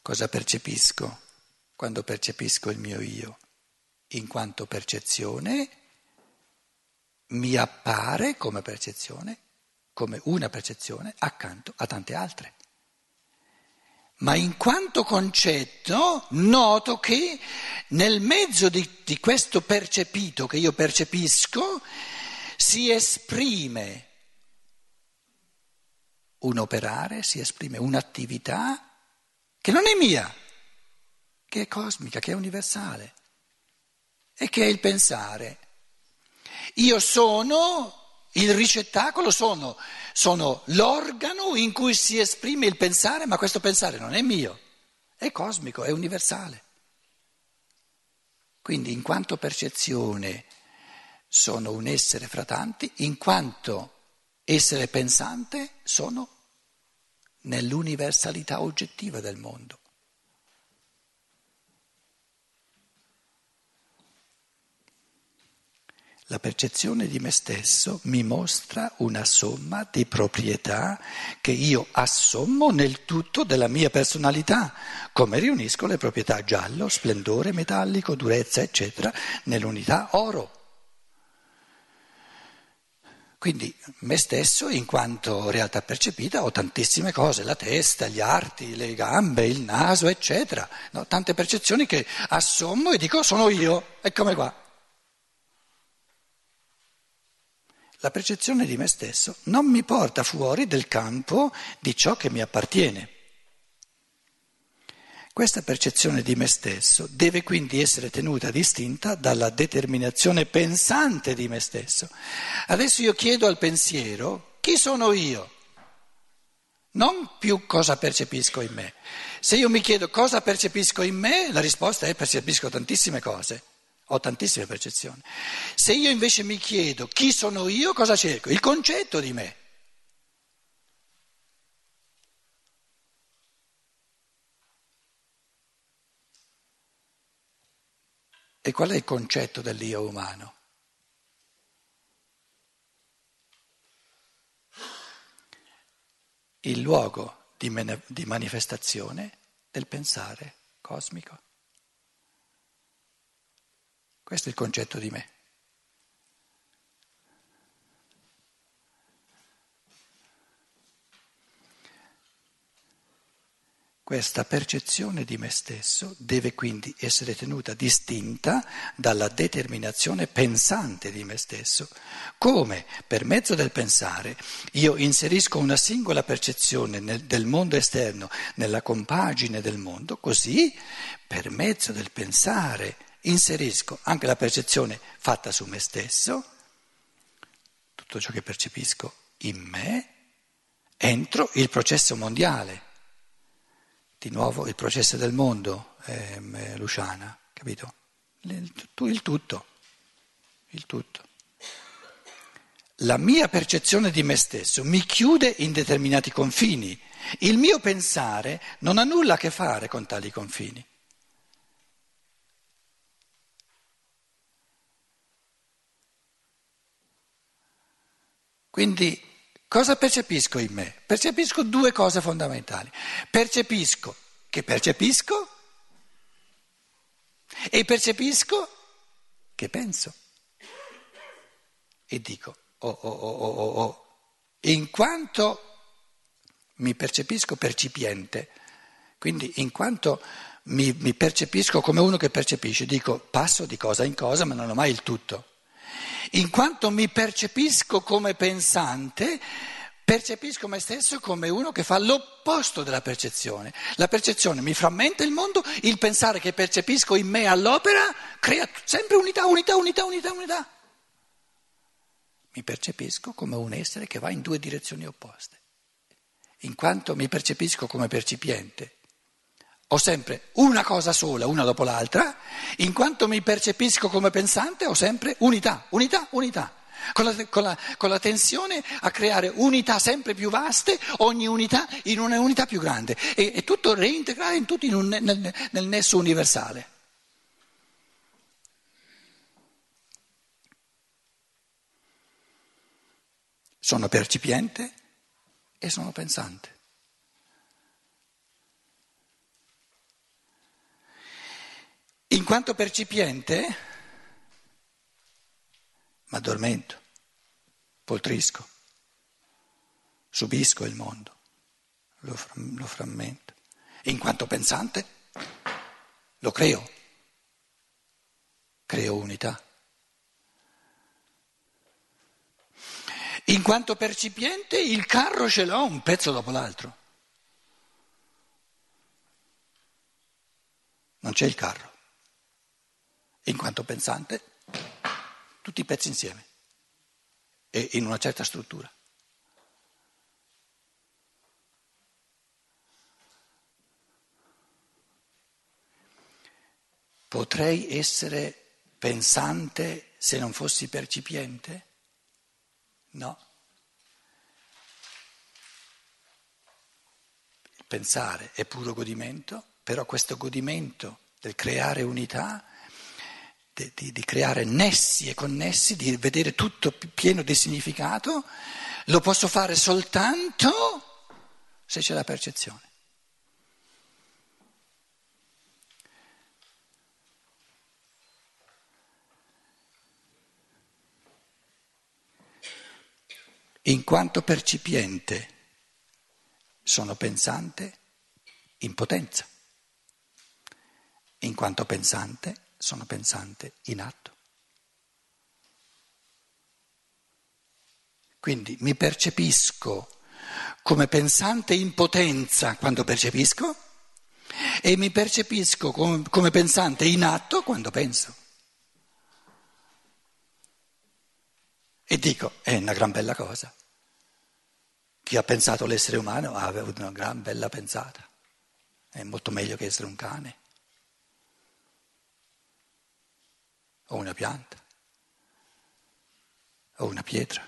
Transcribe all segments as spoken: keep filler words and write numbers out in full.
Cosa percepisco quando percepisco il mio io? In quanto percezione mi appare come percezione, come una percezione accanto a tante altre. Ma in quanto concetto noto che nel mezzo di, di questo percepito che io percepisco si esprime un operare, si esprime un'attività che non è mia, che è cosmica, che è universale e che è il pensare. Io sono il ricettacolo, sono, sono l'organo in cui si esprime il pensare, ma questo pensare non è mio, è cosmico, è universale. Quindi in quanto percezione sono un essere fra tanti, in quanto essere pensante sono nell'universalità oggettiva del mondo. La percezione di me stesso mi mostra una somma di proprietà che io assommo nel tutto della mia personalità, come riunisco le proprietà giallo, splendore, metallico, durezza, eccetera, nell'unità oro. Quindi me stesso, in quanto realtà percepita, ho tantissime cose, la testa, gli arti, le gambe, il naso, eccetera. No? Tante percezioni che assommo e dico sono io, eccomi qua. La percezione di me stesso non mi porta fuori del campo di ciò che mi appartiene. Questa percezione di me stesso deve quindi essere tenuta distinta dalla determinazione pensante di me stesso. Adesso io chiedo al pensiero chi sono io, non più cosa percepisco in me. Se io mi chiedo cosa percepisco in me, la risposta è percepisco tantissime cose. Ho tantissime percezioni. Se io invece mi chiedo chi sono io, cosa cerco? Il concetto di me. E qual è il concetto dell'io umano? Il luogo di, man- di manifestazione del pensare cosmico. Questo è il concetto di me. Questa percezione di me stesso deve quindi essere tenuta distinta dalla determinazione pensante di me stesso. Come per mezzo del pensare io inserisco una singola percezione nel, del mondo esterno nella compagine del mondo, così per mezzo del pensare inserisco anche la percezione fatta su me stesso, tutto ciò che percepisco in me, entro il processo mondiale. Di nuovo il processo del mondo, eh, Luciana, capito? Il, il tutto, il tutto. La mia percezione di me stesso mi chiude in determinati confini. Il mio pensare non ha nulla a che fare con tali confini. Quindi cosa percepisco in me? Percepisco due cose fondamentali. Percepisco che percepisco e percepisco che penso. E dico, oh, oh, oh, oh, oh, oh. In quanto mi percepisco percipiente, quindi in quanto mi, mi percepisco come uno che percepisce, dico passo di cosa in cosa ma non ho mai il tutto. In quanto mi percepisco come pensante, percepisco me stesso come uno che fa l'opposto della percezione. La percezione mi frammenta il mondo, il pensare che percepisco in me all'opera crea sempre unità, unità, unità, unità, unità. Mi percepisco come un essere che va in due direzioni opposte. In quanto mi percepisco come percipiente, ho sempre una cosa sola, una dopo l'altra, in quanto mi percepisco come pensante ho sempre unità, unità, unità, con la, con la, con la tensione a creare unità sempre più vaste, ogni unità in una unità più grande, e, e tutto reintegrare in tutto in un, nel, nel nesso universale. Sono percipiente e sono pensante. In quanto percipiente, mi addormento, poltrisco, subisco il mondo, lo, lo frammento. In quanto pensante, lo creo, creo unità. In quanto percipiente, il carro ce l'ho un pezzo dopo l'altro. Non c'è il carro. In quanto pensante, tutti i pezzi insieme e in una certa struttura. Potrei essere pensante se non fossi percipiente? No. Il pensare è puro godimento, però questo godimento del creare unità, di, di, di creare nessi e connessi, di vedere tutto pieno di significato, lo posso fare soltanto se c'è la percezione. In quanto percipiente sono pensante in potenza, in quanto pensante sono pensante in atto. Quindi mi percepisco come pensante in potenza quando percepisco e mi percepisco come, come pensante in atto quando penso. E dico, è una gran bella cosa. Chi ha pensato l'essere umano ha avuto una gran bella pensata. È molto meglio che essere un cane o una pianta o una pietra.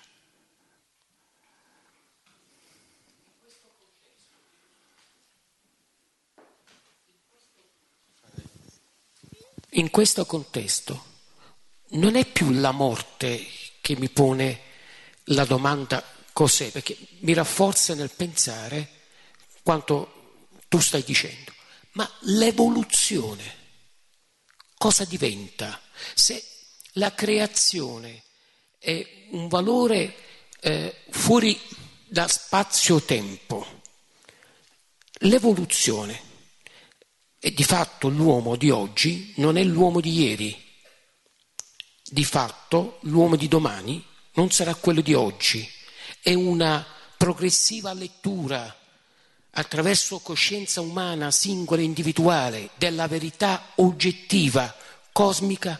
In questo contesto non è più la morte che mi pone la domanda cos'è, perché mi rafforza nel pensare quanto tu stai dicendo, ma l'evoluzione cosa diventa? Se la creazione è un valore eh, fuori da spazio-tempo, l'evoluzione, e di fatto l'uomo di oggi non è l'uomo di ieri. Di fatto l'uomo di domani non sarà quello di oggi, è una progressiva lettura attraverso coscienza umana, singola e individuale, della verità oggettiva, cosmica.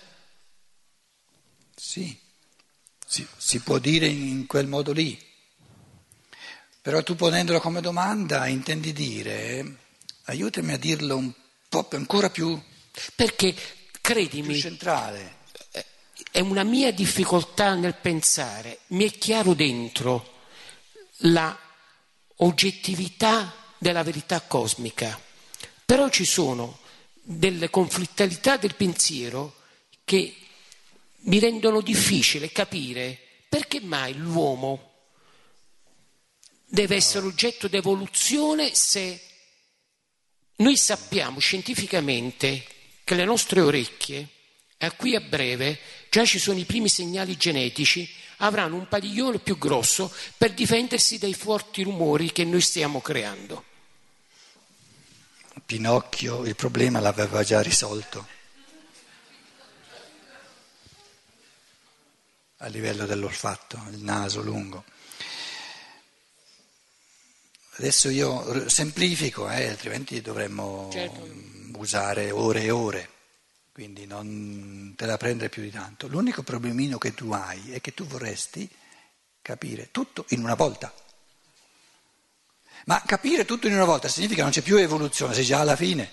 Sì, si, si può dire in quel modo lì, però tu ponendolo come domanda intendi dire, aiutami a dirlo un po' ancora più, perché credimi, più centrale. È una mia difficoltà nel pensare, mi è chiaro dentro la oggettività della verità cosmica, però ci sono delle conflittualità del pensiero che mi rendono difficile capire perché mai l'uomo deve essere oggetto di evoluzione se noi sappiamo scientificamente che le nostre orecchie, a qui a breve, già ci sono i primi segnali genetici, avranno un padiglione più grosso per difendersi dai forti rumori che noi stiamo creando. Pinocchio il problema l'aveva già risolto a livello dell'olfatto, il naso lungo. Adesso io semplifico, eh, altrimenti dovremmo certo. usare ore e ore. Quindi non te la prendere più di tanto. L'unico problemino che tu hai è che tu vorresti capire tutto in una volta. Ma capire tutto in una volta significa che non c'è più evoluzione, sei già alla fine.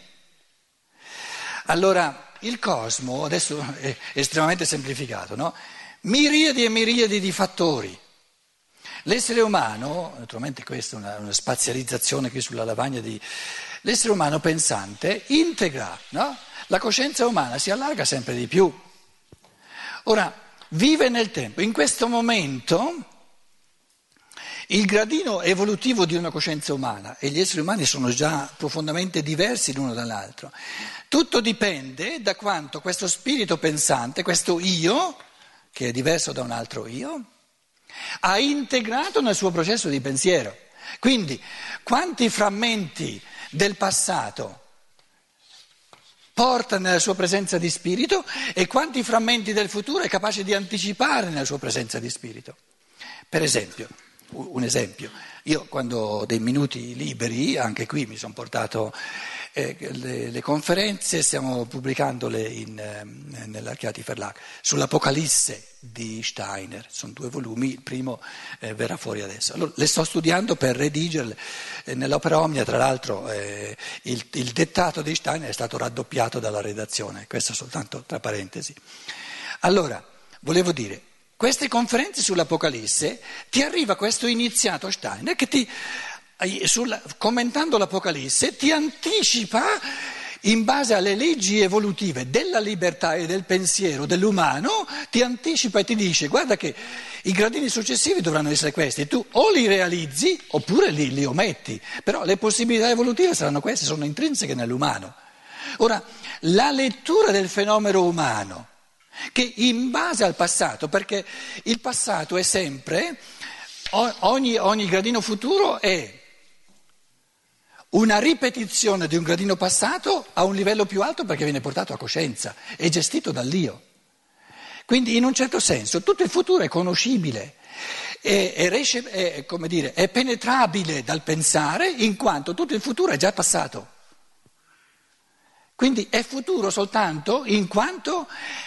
Allora, il cosmo, adesso è estremamente semplificato, no? Miriadi e miriadi di fattori. L'essere umano, naturalmente questa è una, una spazializzazione qui sulla lavagna di... L'essere umano pensante integra, no? La coscienza umana si allarga sempre di più. Ora, vive nel tempo. In questo momento il gradino evolutivo di una coscienza umana, e gli esseri umani sono già profondamente diversi l'uno dall'altro, tutto dipende da quanto questo spirito pensante, questo io, che è diverso da un altro io, ha integrato nel suo processo di pensiero. Quindi quanti frammenti del passato porta nella sua presenza di spirito e quanti frammenti del futuro è capace di anticipare nella sua presenza di spirito. Per esempio, un esempio, io quando ho dei minuti liberi, anche qui mi sono portato eh, le, le conferenze, stiamo pubblicandole in, eh, nell'Archiati Verlag, sull'Apocalisse di Steiner, sono due volumi, il primo eh, verrà fuori adesso. Allora, le sto studiando per redigerle, eh, nell'Opera Omnia tra l'altro eh, il, il dettato di Steiner è stato raddoppiato dalla redazione, questo soltanto tra parentesi. Allora, volevo dire, queste conferenze sull'Apocalisse, ti arriva questo iniziato Steiner che ti, sul, commentando l'Apocalisse, ti anticipa in base alle leggi evolutive della libertà e del pensiero dell'umano, ti anticipa e ti dice guarda che i gradini successivi dovranno essere questi, tu o li realizzi oppure li, li ometti, però le possibilità evolutive saranno queste, sono intrinseche nell'umano. Ora, la lettura del fenomeno umano, che in base al passato, perché il passato è sempre, ogni, ogni gradino futuro è una ripetizione di un gradino passato a un livello più alto perché viene portato a coscienza, è gestito dall'io. Quindi in un certo senso tutto il futuro è conoscibile, è, è, è, come dire, è penetrabile dal pensare in quanto tutto il futuro è già passato. Quindi è futuro soltanto in quanto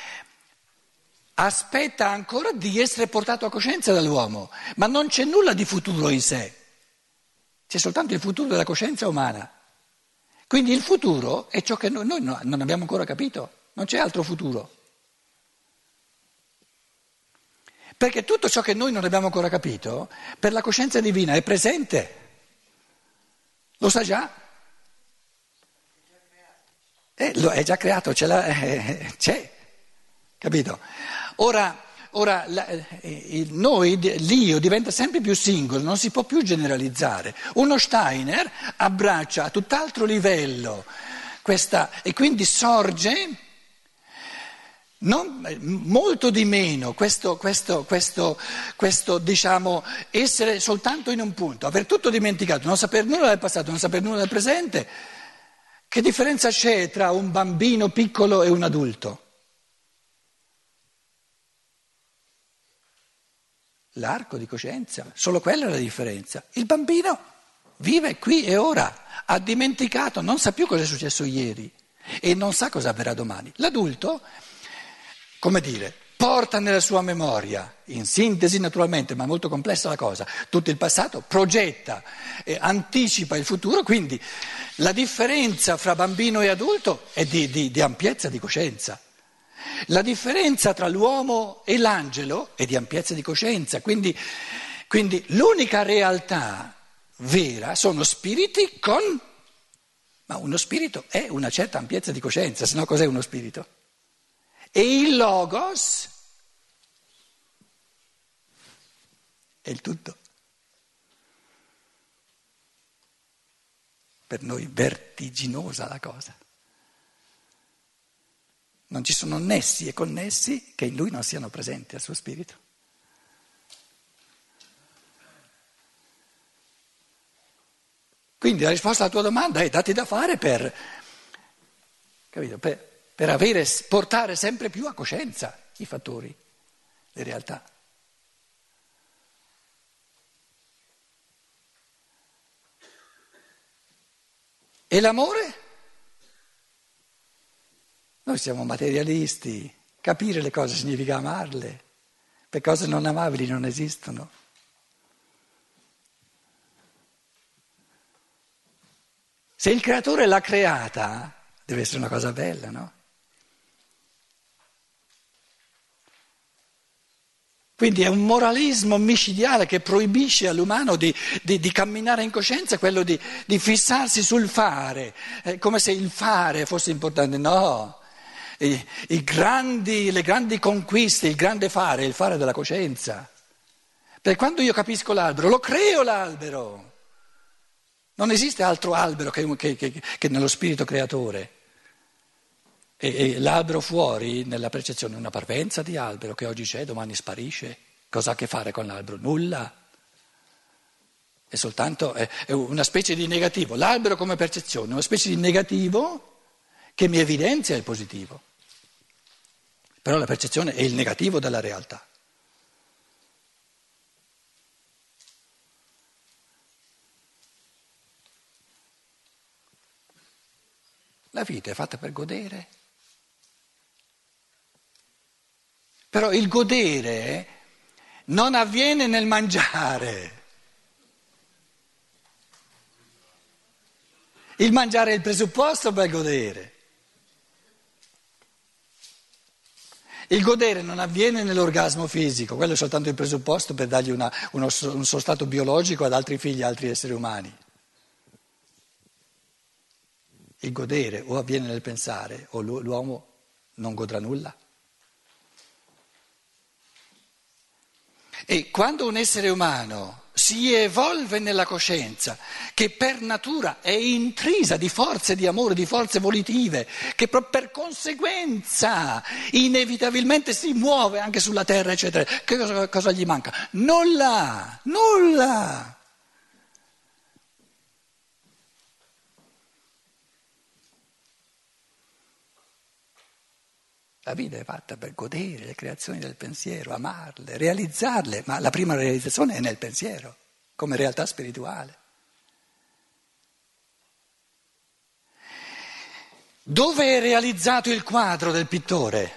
aspetta ancora di essere portato a coscienza dall'uomo, ma non c'è nulla di futuro in sé, c'è soltanto il futuro della coscienza umana. Quindi il futuro è ciò che noi, noi non abbiamo ancora capito, non c'è altro futuro. Perché tutto ciò che noi non abbiamo ancora capito, per la coscienza divina è presente, lo sa già. Eh, lo è già creato, ce l'ha, eh, c'è, capito? Ora, ora la, il, noi, l'io diventa sempre più singolo, non si può più generalizzare. Uno Steiner abbraccia a tutt'altro livello questa, e quindi sorge non, molto di meno questo, questo, questo, questo diciamo, essere soltanto in un punto, aver tutto dimenticato, non saper nulla del passato, non saper nulla del presente. Che differenza c'è tra un bambino piccolo e un adulto? L'arco di coscienza, solo quella è la differenza. Il bambino vive qui e ora, ha dimenticato, non sa più cosa è successo ieri e non sa cosa avverrà domani. L'adulto, come dire, porta nella sua memoria, in sintesi naturalmente, ma molto complessa la cosa, tutto il passato, progetta, eh, anticipa il futuro, quindi la differenza fra bambino e adulto è di, di, di ampiezza di coscienza. La differenza tra l'uomo e l'angelo è di ampiezza di coscienza, quindi, quindi l'unica realtà vera sono spiriti con... Ma uno spirito è una certa ampiezza di coscienza, se no cos'è uno spirito? E il logos è il tutto. Per noi vertiginosa la cosa. Non ci sono nessi e connessi che in lui non siano presenti al suo spirito. Quindi la risposta alla tua domanda è dati da fare per, capito, per, per avere, portare sempre più a coscienza i fattori, le realtà. E l'amore? Noi siamo materialisti, capire le cose significa amarle, le cose non amabili non esistono. Se il creatore l'ha creata, deve essere una cosa bella, no? Quindi è un moralismo micidiale che proibisce all'umano di, di, di camminare in coscienza, quello di, di fissarsi sul fare, eh, come se il fare fosse importante. No, I, i grandi, le grandi conquiste, il grande fare è il fare della coscienza. Per quando io capisco l'albero, lo creo l'albero. Non esiste altro albero che, che, che, che nello spirito creatore. E, e l'albero fuori, nella percezione, è una parvenza di albero che oggi c'è, domani sparisce. Cosa ha a che fare con l'albero? Nulla. È soltanto è, è una specie di negativo. L'albero come percezione è una specie di negativo che mi evidenzia il positivo. Però la percezione è il negativo della realtà. La vita è fatta per godere. Però il godere non avviene nel mangiare. Il mangiare è il presupposto per godere. Il godere non avviene nell'orgasmo fisico, quello è soltanto il presupposto per dargli una, uno, un sostrato biologico ad altri figli, ad altri esseri umani. Il godere o avviene nel pensare o l'uomo non godrà nulla. E quando un essere umano si evolve nella coscienza, che per natura è intrisa di forze di amore, di forze volitive, che per conseguenza inevitabilmente si muove anche sulla terra, eccetera, che cosa, cosa gli manca? Nulla, nulla. La vita è fatta per godere le creazioni del pensiero, amarle, realizzarle, ma la prima realizzazione è nel pensiero, come realtà spirituale. Dove è realizzato il quadro del pittore?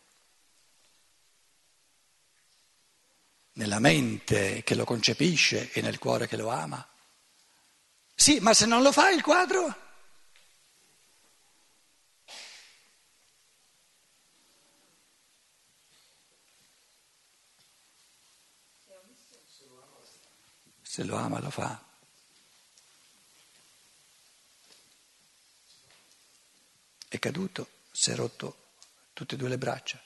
Nella mente che lo concepisce e nel cuore che lo ama. Sì, ma se non lo fa il quadro? Se lo ama lo fa. È caduto, si è rotto tutte e due le braccia.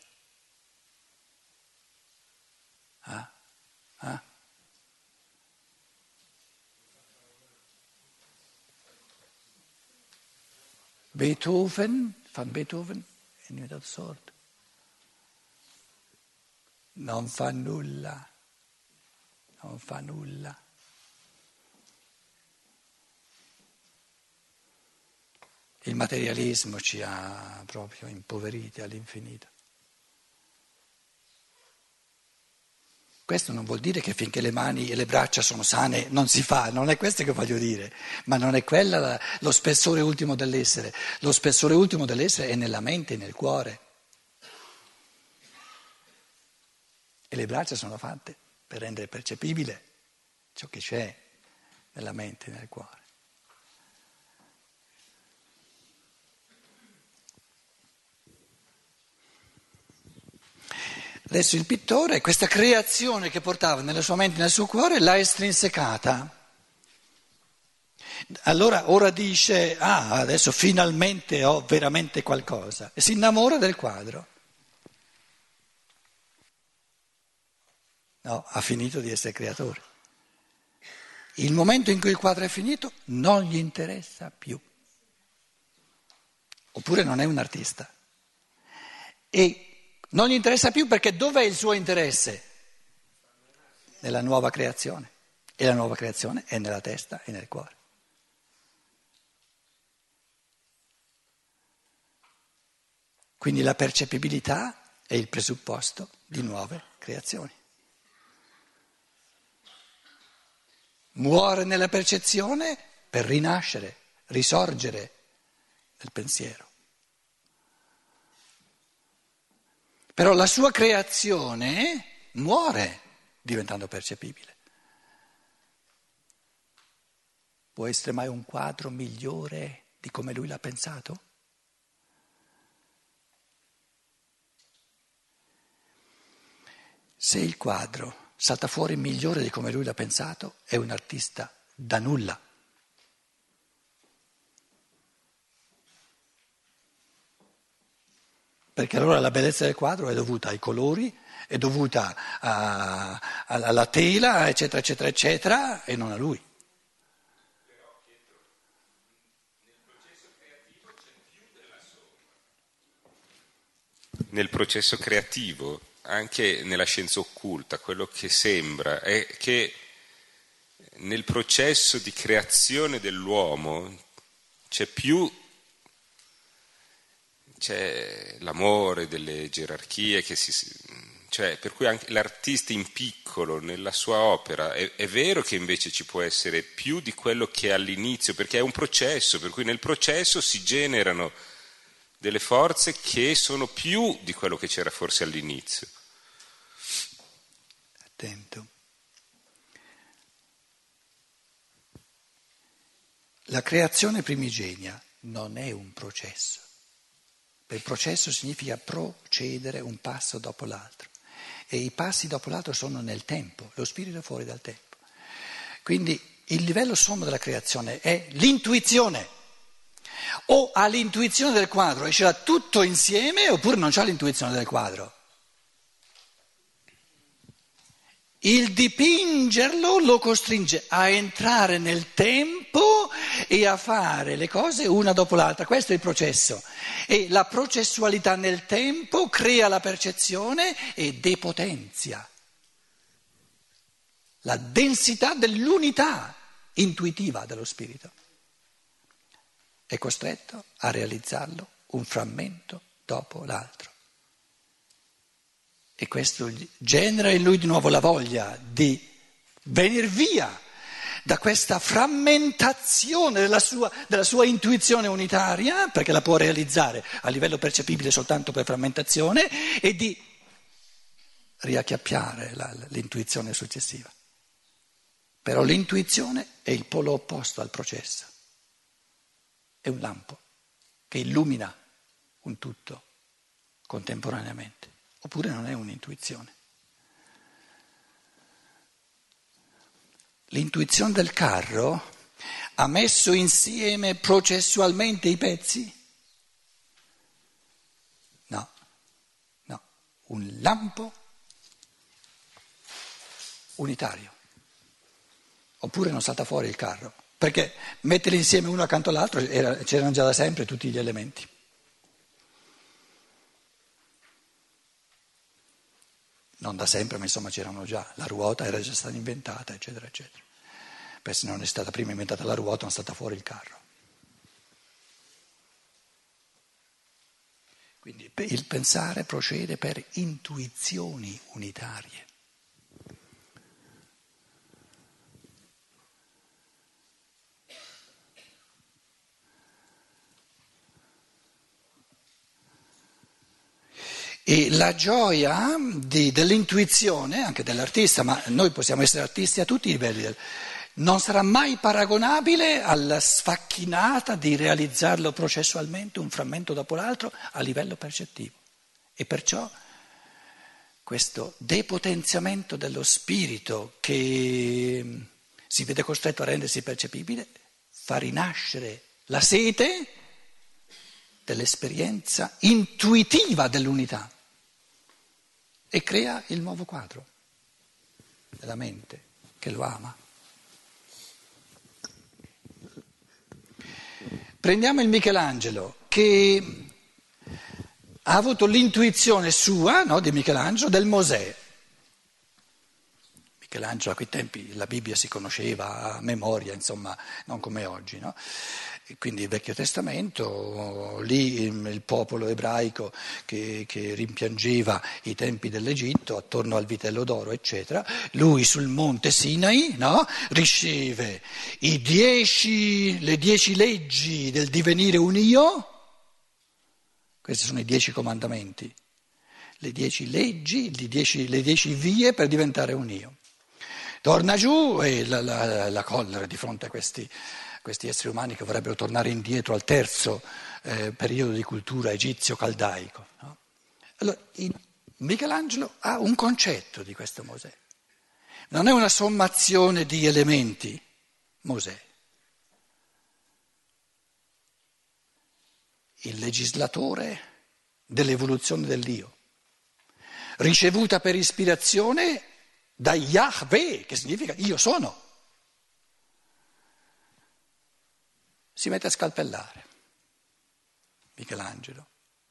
Ah, ah. Beethoven, van Beethoven, è diventato sordo. Non fa nulla, non fa nulla. Il materialismo ci ha proprio impoveriti all'infinito. Questo non vuol dire che finché le mani e le braccia sono sane non si fa, non è questo che voglio dire, ma non è quella lo spessore ultimo dell'essere. Lo spessore ultimo dell'essere è nella mente e nel cuore. E le braccia sono fatte per rendere percepibile ciò che c'è nella mente e nel cuore. Adesso il pittore, questa creazione che portava nella sua mente e nel suo cuore, l'ha estrinsecata. Allora ora dice, ah, adesso finalmente ho veramente qualcosa. E si innamora del quadro. No, ha finito di essere creatore. Il momento in cui il quadro è finito non gli interessa più. Oppure non è un artista. E non gli interessa più perché dov'è il suo interesse? Nella nuova creazione. E la nuova creazione è nella testa e nel cuore. Quindi la percepibilità è il presupposto di nuove creazioni. Muore nella percezione per rinascere, risorgere nel pensiero. Però la sua creazione muore diventando percepibile. Può essere mai un quadro migliore di come lui l'ha pensato? Se il quadro salta fuori migliore di come lui l'ha pensato, è un artista da nulla. Perché allora la bellezza del quadro è dovuta ai colori, è dovuta a- a- alla tela, eccetera, eccetera, eccetera, e non a lui. Nel processo creativo, anche nella scienza occulta, quello che sembra è che nel processo di creazione dell'uomo c'è più, c'è l'amore delle gerarchie, che si, cioè, per cui anche l'artista in piccolo nella sua opera è, è vero che invece ci può essere più di quello che è all'inizio, perché è un processo, per cui nel processo si generano delle forze che sono più di quello che c'era forse all'inizio. Attento. La creazione primigenia non è un processo. Il processo significa procedere un passo dopo l'altro. E i passi dopo l'altro sono nel tempo, lo spirito è fuori dal tempo. Quindi il livello sommo della creazione è l'intuizione. O ha l'intuizione del quadro e ce l'ha tutto insieme, oppure non c'ha l'intuizione del quadro. Il dipingerlo lo costringe a entrare nel tempo e a fare le cose una dopo l'altra. Questo è il processo. E la processualità nel tempo crea la percezione e depotenzia la densità dell'unità intuitiva dello spirito. È costretto a realizzarlo un frammento dopo l'altro. E questo genera in lui di nuovo la voglia di venire via da questa frammentazione della sua, della sua intuizione unitaria, perché la può realizzare a livello percepibile soltanto per frammentazione, e di riacchiappiare la, l'intuizione successiva. Però l'intuizione è il polo opposto al processo. È un lampo che illumina un tutto contemporaneamente, oppure non è un'intuizione. L'intuizione del carro ha messo insieme processualmente i pezzi? No, no, un lampo unitario. Oppure non salta fuori il carro, perché metterli insieme uno accanto all'altro era, c'erano già da sempre tutti gli elementi. Non da sempre, ma insomma c'erano già, la ruota era già stata inventata, eccetera, eccetera. Beh, se non è stata prima inventata la ruota, non è stata fuori il carro. Quindi il pensare procede per intuizioni unitarie. E la gioia di, dell'intuizione, anche dell'artista, ma noi possiamo essere artisti a tutti i livelli, non sarà mai paragonabile alla sfacchinata di realizzarlo processualmente, un frammento dopo l'altro, a livello percettivo. E perciò questo depotenziamento dello spirito che si vede costretto a rendersi percepibile fa rinascere la sete dell'esperienza intuitiva dell'unità. E crea il nuovo quadro della mente che lo ama. Prendiamo il Michelangelo che ha avuto l'intuizione sua, no, di Michelangelo, del Mosè. Michelangelo a quei tempi la Bibbia si conosceva a memoria, insomma, non come oggi, no? E quindi il Vecchio Testamento, lì il popolo ebraico che, che rimpiangeva i tempi dell'Egitto attorno al vitello d'oro, eccetera, lui sul monte Sinai, no, riceve i dieci, le dieci leggi del divenire un io, questi sono i dieci comandamenti, le dieci leggi, le dieci, le dieci vie per diventare un io. Torna giù e la, la, la collera di fronte a questi, questi esseri umani che vorrebbero tornare indietro al terzo eh, periodo di cultura egizio-caldaico. No? Allora, Michelangelo ha un concetto di questo Mosè. Non è una sommazione di elementi, Mosè. Il legislatore dell'evoluzione dell'io. ricevuta per ispirazione da Yahweh, che significa io sono. Si mette a scalpellare Michelangelo.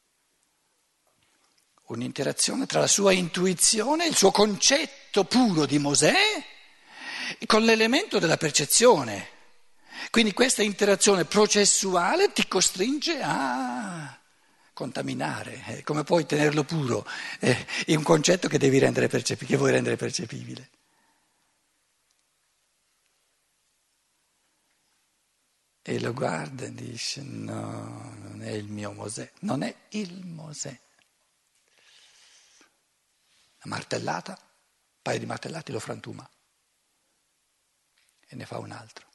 Un'interazione tra la sua intuizione, il suo concetto puro di Mosè, con l'elemento della percezione. Quindi questa interazione processuale ti costringe a contaminare. Eh, come puoi tenerlo puro? Eh, è un concetto che devi rendere percepibile, che vuoi rendere percepibile. E lo guarda e dice: no, non è il mio Mosè, non è il Mosè. Una martellata, un paio di martellati lo frantuma e ne fa un altro.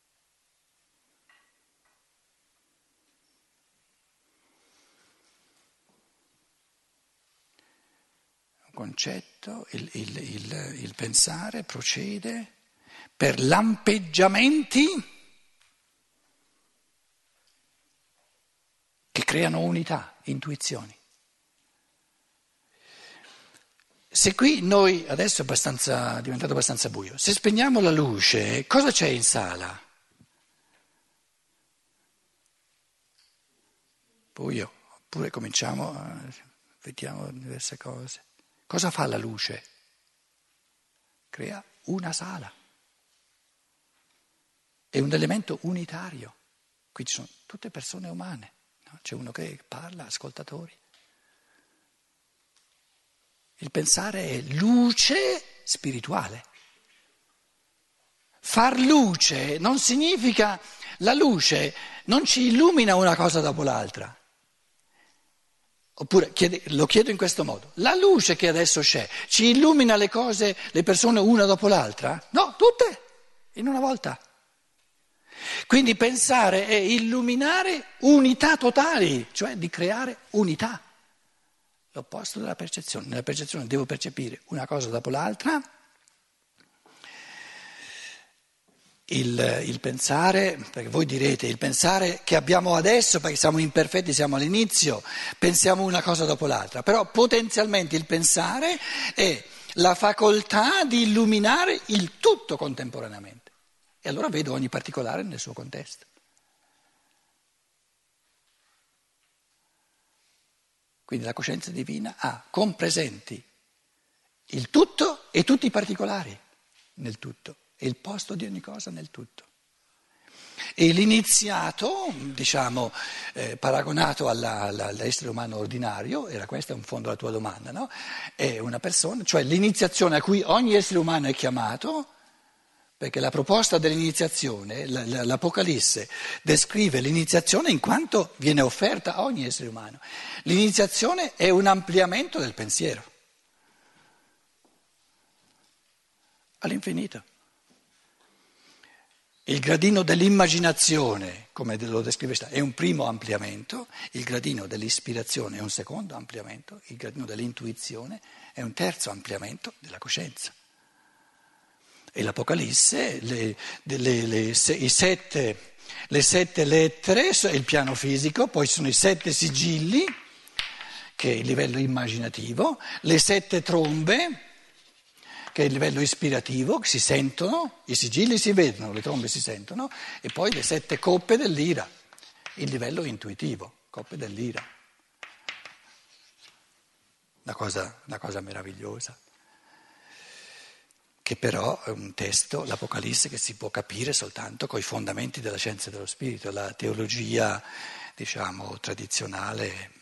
Un concetto, il, il, il, il pensare procede per lampeggiamenti che creano unità, intuizioni. Se qui noi, adesso è, abbastanza, è diventato abbastanza buio, se spegniamo la luce, cosa c'è in sala? Buio, oppure cominciamo, a, vediamo diverse cose. Cosa fa la luce? Crea una sala. È un elemento unitario. Qui ci sono tutte persone umane. C'è uno che parla, ascoltatori. Il pensare è luce spirituale. Far luce non significa, la luce non ci illumina una cosa dopo l'altra. Oppure chiede, lo chiedo in questo modo: la luce che adesso c'è ci illumina le cose, le persone una dopo l'altra? No, tutte, in una volta. Quindi pensare è illuminare unità totali, cioè di creare unità. L'opposto della percezione. Nella percezione devo percepire una cosa dopo l'altra. Il, il pensare, perché voi direte, il pensare che abbiamo adesso, perché siamo imperfetti, siamo all'inizio, pensiamo una cosa dopo l'altra, però potenzialmente il pensare è la facoltà di illuminare il tutto contemporaneamente. E allora vedo ogni particolare nel suo contesto. Quindi la coscienza divina ha compresenti il tutto e tutti i particolari nel tutto, e il posto di ogni cosa nel tutto. E l'iniziato, diciamo, eh, paragonato alla, alla, all'essere umano ordinario, era questa in fondo la tua domanda, no? È una persona, cioè l'iniziazione a cui ogni essere umano è chiamato. Perché la proposta dell'iniziazione, l'Apocalisse, descrive l'iniziazione in quanto viene offerta a ogni essere umano. L'iniziazione è un ampliamento del pensiero all'infinito. Il gradino dell'immaginazione, come lo descrive, è un primo ampliamento, il gradino dell'ispirazione è un secondo ampliamento, il gradino dell'intuizione è un terzo ampliamento della coscienza. E l'Apocalisse, le, le, le, i sette, le sette lettere, è il piano fisico, poi ci sono i sette sigilli, che è il livello immaginativo, le sette trombe, che è il livello ispirativo, che si sentono, i sigilli si vedono, le trombe si sentono, e poi le sette coppe dell'ira, il livello intuitivo, coppe dell'ira. Una cosa, una cosa meravigliosa. Che però è un testo, l'Apocalisse, che si può capire soltanto coi fondamenti della scienza dello spirito. La teologia, diciamo, tradizionale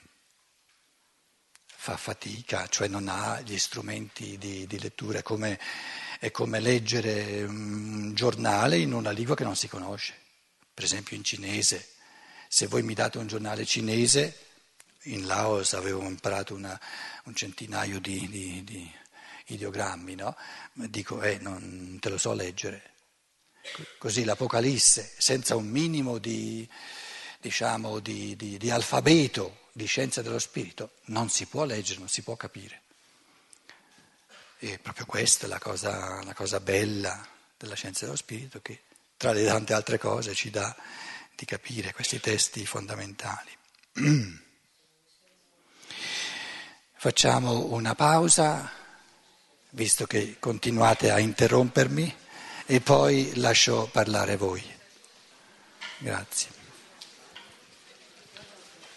fa fatica, cioè non ha gli strumenti di, di lettura, è come, è come leggere un giornale in una lingua che non si conosce, per esempio in cinese. Se voi mi date un giornale cinese, in Laos avevo imparato una, un centinaio di... di, di ideogrammi, no? Dico, eh, non te lo so leggere. Così l'Apocalisse, senza un minimo di, diciamo, di, di, di alfabeto, di scienza dello spirito, non si può leggere, non si può capire. E proprio questa è la cosa, la cosa bella della scienza dello spirito, che tra le tante altre cose ci dà di capire questi testi fondamentali. Facciamo una pausa, visto che continuate a interrompermi, e poi lascio parlare voi. Grazie.